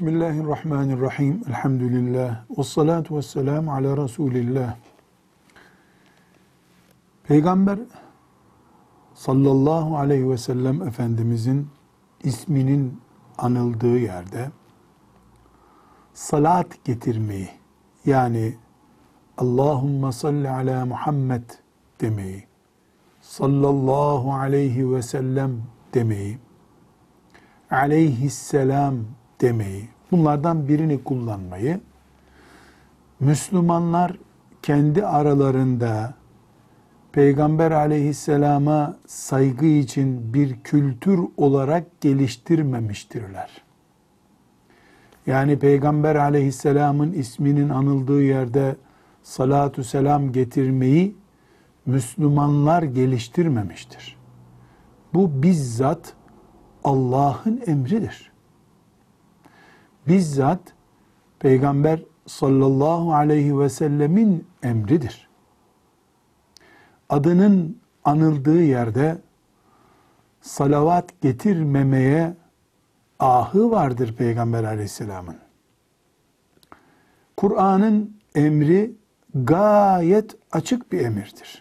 Bismillahirrahmanirrahim. Elhamdülillah. Vessalatu vesselamu ala Resulillah. Peygamber sallallahu aleyhi ve sellem Efendimizin isminin anıldığı yerde salat getirmeyi, yani Allahümme salli ala Muhammed demeyi, sallallahu aleyhi ve sellem demeyi, aleyhisselam demeyi, bunlardan birini kullanmayı Müslümanlar kendi aralarında Peygamber aleyhisselama saygı için bir kültür olarak geliştirmemiştirler. Yani Peygamber aleyhisselamın isminin anıldığı yerde salatu selam getirmeyi Müslümanlar geliştirmemiştir. Bu bizzat Allah'ın emridir. Bizzat Peygamber sallallahu aleyhi ve sellemin emridir. Adının anıldığı yerde salavat getirmemeye ahı vardır Peygamber aleyhisselamın. Kur'an'ın emri gayet açık bir emirdir.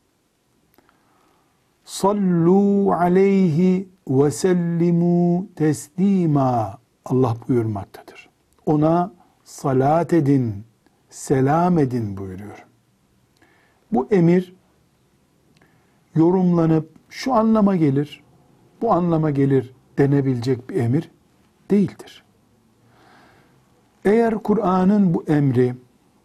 Sallu aleyhi ve sellimu teslima Allah buyurmaktadır. Ona salat edin, selam edin buyuruyor. Bu emir yorumlanıp şu anlama gelir, bu anlama gelir denebilecek bir emir değildir. Eğer Kur'an'ın bu emri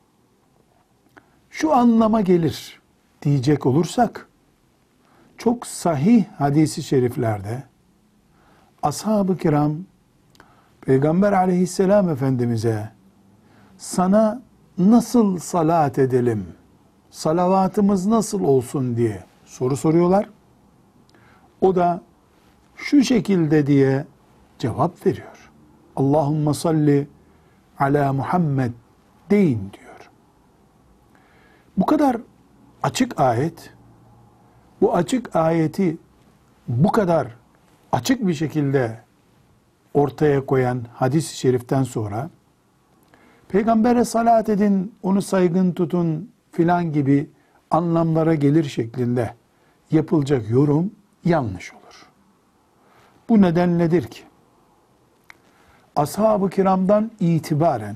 şu anlama gelir diyecek olursak, çok sahih hadis-i şeriflerde ashab-ı kiram Peygamber aleyhisselam Efendimiz'e sana nasıl salat edelim, salavatımız nasıl olsun diye soru soruyorlar. O da şu şekilde diye cevap veriyor. Allahümme salli ala Muhammed deyin diyor. Bu kadar açık ayet, bu açık ayeti bu kadar açık bir şekilde ortaya koyan hadis-i şeriften sonra Peygamber'e salat edin, onu saygın tutun filan gibi anlamlara gelir şeklinde yapılacak yorum yanlış olur. Bu neden nedir ki? Ashab-ı kiramdan itibaren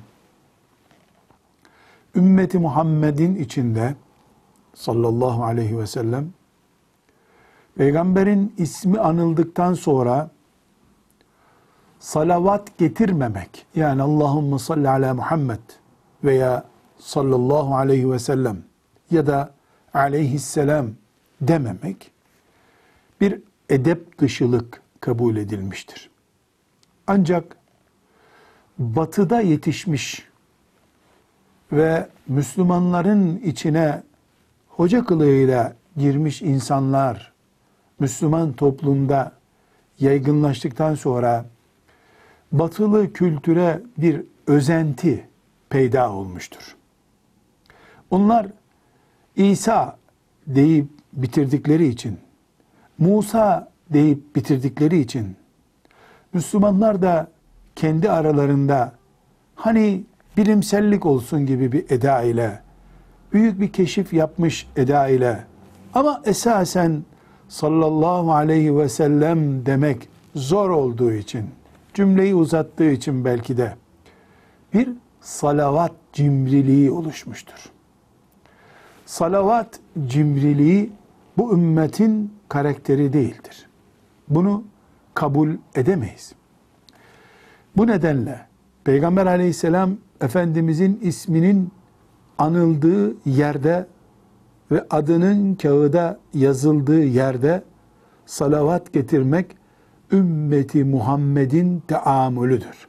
ümmeti Muhammed'in içinde sallallahu aleyhi ve sellem Peygamberin ismi anıldıktan sonra salavat getirmemek, yani Allahümme salli ala Muhammed veya sallallahu aleyhi ve sellem ya da aleyhisselam dememek bir edep dışılık kabul edilmiştir. Ancak batıda yetişmiş ve Müslümanların içine hoca kılığıyla girmiş insanlar Müslüman toplumda yaygınlaştıktan sonra batılı kültüre bir özenti peyda olmuştur. Onlar İsa deyip bitirdikleri için, Musa deyip bitirdikleri için, Müslümanlar da kendi aralarında hani bilimsellik olsun gibi bir eda ile, büyük bir keşif yapmış eda ile, ama esasen sallallahu aleyhi ve sellem demek zor olduğu için, cümleyi uzattığı için belki de bir salavat cimriliği oluşmuştur. Salavat cimriliği bu ümmetin karakteri değildir. Bunu kabul edemeyiz. Bu nedenle Peygamber aleyhisselam Efendimizin isminin anıldığı yerde ve adının kağıda yazıldığı yerde salavat getirmek ümmeti Muhammed'in teamülüdür.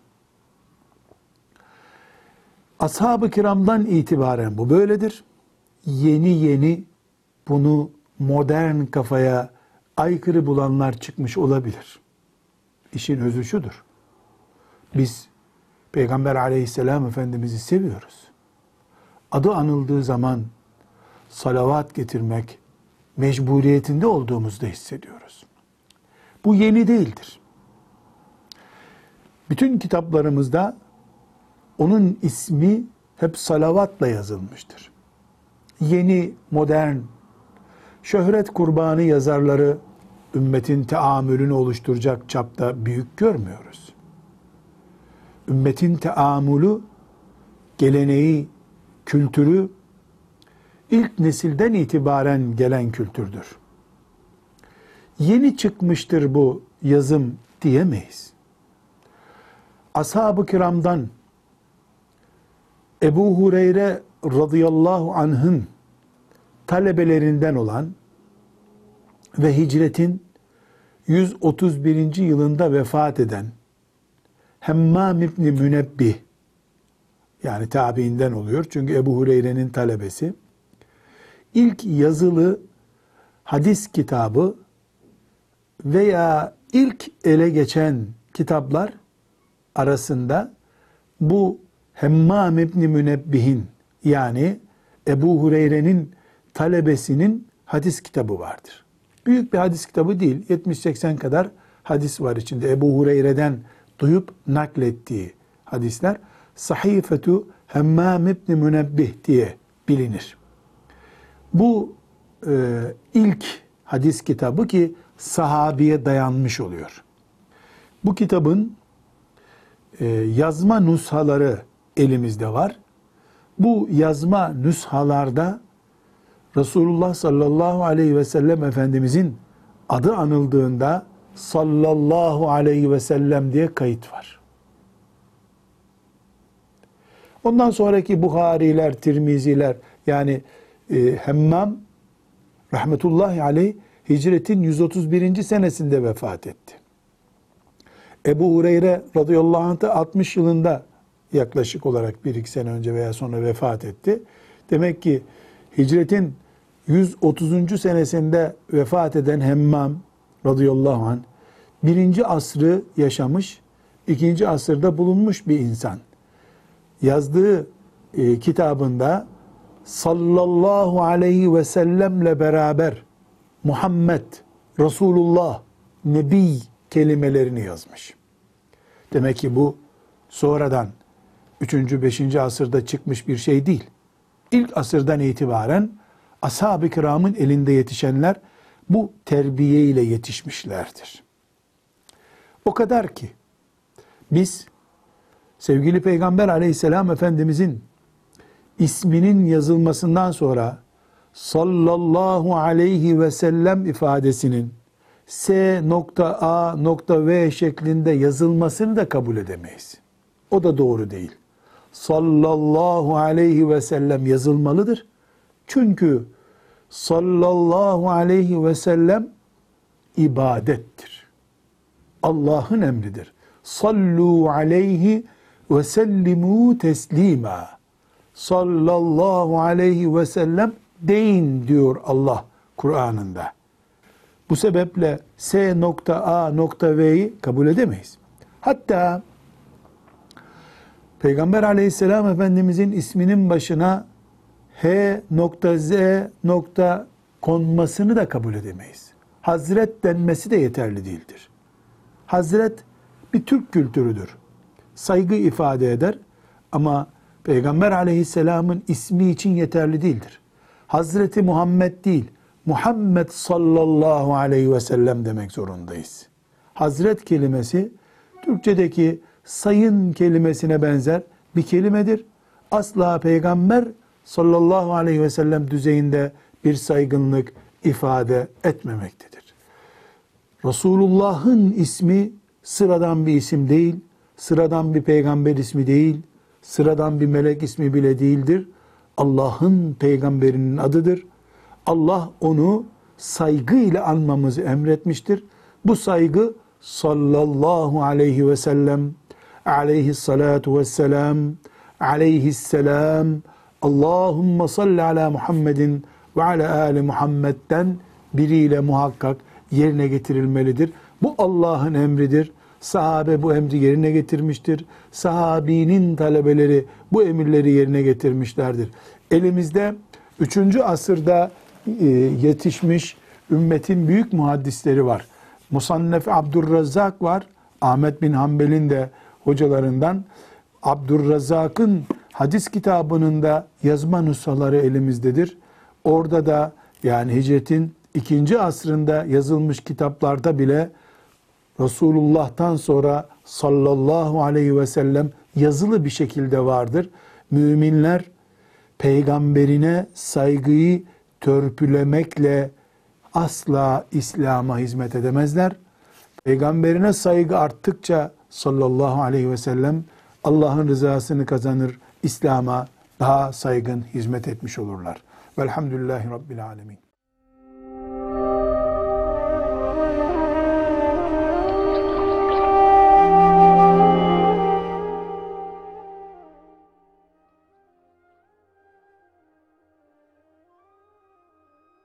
Ashab-ı kiramdan itibaren bu böyledir. Yeni yeni bunu modern kafaya aykırı bulanlar çıkmış olabilir. İşin özü şudur. Biz Peygamber aleyhisselam Efendimiz'i seviyoruz. Adı anıldığı zaman salavat getirmek mecburiyetinde olduğumuzda hissediyoruz. Bu yeni değildir. Bütün kitaplarımızda onun ismi hep salavatla yazılmıştır. Yeni, modern, şöhret kurbanı yazarları ümmetin teamülünü oluşturacak çapta büyük görmüyoruz. Ümmetin teamülü, geleneği, kültürü ilk nesilden itibaren gelen kültürdür. Yeni çıkmıştır bu yazım diyemeyiz. Ashab-ı kiramdan Ebu Hureyre radıyallahu anh'ın talebelerinden olan ve hicretin 131. yılında vefat eden Hemmam İbni Münebbih, yani tabiinden oluyor çünkü Ebu Hureyre'nin talebesi, ilk yazılı hadis kitabı veya ilk ele geçen kitaplar arasında bu Hemmam İbni Münebbih'in, yani Ebu Hureyre'nin talebesinin hadis kitabı vardır. Büyük bir hadis kitabı değil, 70-80 kadar hadis var içinde. Ebu Hureyre'den duyup naklettiği hadisler Sahifetu Hemmam İbni Münebbih diye bilinir. Bu ilk hadis kitabı ki sahabiye dayanmış oluyor. Bu kitabın yazma nüshaları elimizde var. Bu yazma nüshalarda Resulullah sallallahu aleyhi ve sellem Efendimizin adı anıldığında sallallahu aleyhi ve sellem diye kayıt var. Ondan sonraki Buhariler, Tirmiziler, yani Hemmam rahmetullahi aleyh hicretin 131. senesinde vefat etti. Ebu Hureyre radıyallahu anh da 60 yılında yaklaşık olarak 1-2 sene önce veya sonra vefat etti. Demek ki hicretin 130. senesinde vefat eden Hemmam radıyallahu anh 1. asrı yaşamış, 2. asırda bulunmuş bir insan. Yazdığı kitabında sallallahu aleyhi ve sellemle beraber Muhammed, Resulullah, Nebi kelimelerini yazmış. Demek ki bu sonradan 3. 5. asırda çıkmış bir şey değil. İlk asırdan itibaren ashab-ı kiramın elinde yetişenler bu terbiye ile yetişmişlerdir. O kadar ki biz sevgili Peygamber aleyhisselam Efendimizin isminin yazılmasından sonra sallallahu aleyhi ve sellem ifadesinin S.A.V şeklinde yazılmasını da kabul edemeyiz. O da doğru değil. Sallallahu aleyhi ve sellem yazılmalıdır. Çünkü sallallahu aleyhi ve sellem ibadettir. Allah'ın emridir. Sallu aleyhi ve sellimu teslima. Sallallahu aleyhi ve sellem deyin diyor Allah Kur'an'ında. Bu sebeple S.A.V'yi kabul edemeyiz. Hatta Peygamber aleyhisselam Efendimizin isminin başına H.Z. konmasını da kabul edemeyiz. Hazret denmesi de yeterli değildir. Hazret bir Türk kültürüdür. Saygı ifade eder ama Peygamber aleyhisselamın ismi için yeterli değildir. Hazreti Muhammed değil, Muhammed sallallahu aleyhi ve sellem demek zorundayız. Hazret kelimesi Türkçedeki sayın kelimesine benzer bir kelimedir. Asla Peygamber sallallahu aleyhi ve sellem düzeyinde bir saygınlık ifade etmemektedir. Resulullah'ın ismi sıradan bir isim değil, sıradan bir peygamber ismi değil, sıradan bir melek ismi bile değildir. Allah'ın peygamberinin adıdır. Allah onu saygıyla anmamızı emretmiştir. Bu saygı sallallahu aleyhi ve sellem, aleyhissalatu vesselam, aleyhisselam, Allahümme salli ala Muhammedin ve ala ali Muhammed'den biriyle muhakkak yerine getirilmelidir. Bu Allah'ın emridir. Sahabe bu emri yerine getirmiştir. Sahabinin talebeleri bu emirleri yerine getirmişlerdir. Elimizde 3. asırda yetişmiş ümmetin büyük muhaddisleri var. Musannef Abdurrazzak var. Ahmet bin Hanbel'in de hocalarından. Abdurrazak'ın hadis kitabının da yazma nüshaları elimizdedir. Orada da yani hicretin 2. asrında yazılmış kitaplarda bile Resulullah'tan sonra sallallahu aleyhi ve sellem yazılı bir şekilde vardır. Müminler peygamberine saygıyı törpülemekle asla İslam'a hizmet edemezler. Peygamberine saygı arttıkça sallallahu aleyhi ve sellem Allah'ın rızasını kazanır, İslam'a daha saygın hizmet etmiş olurlar. Velhamdülillahi Rabbil alemin.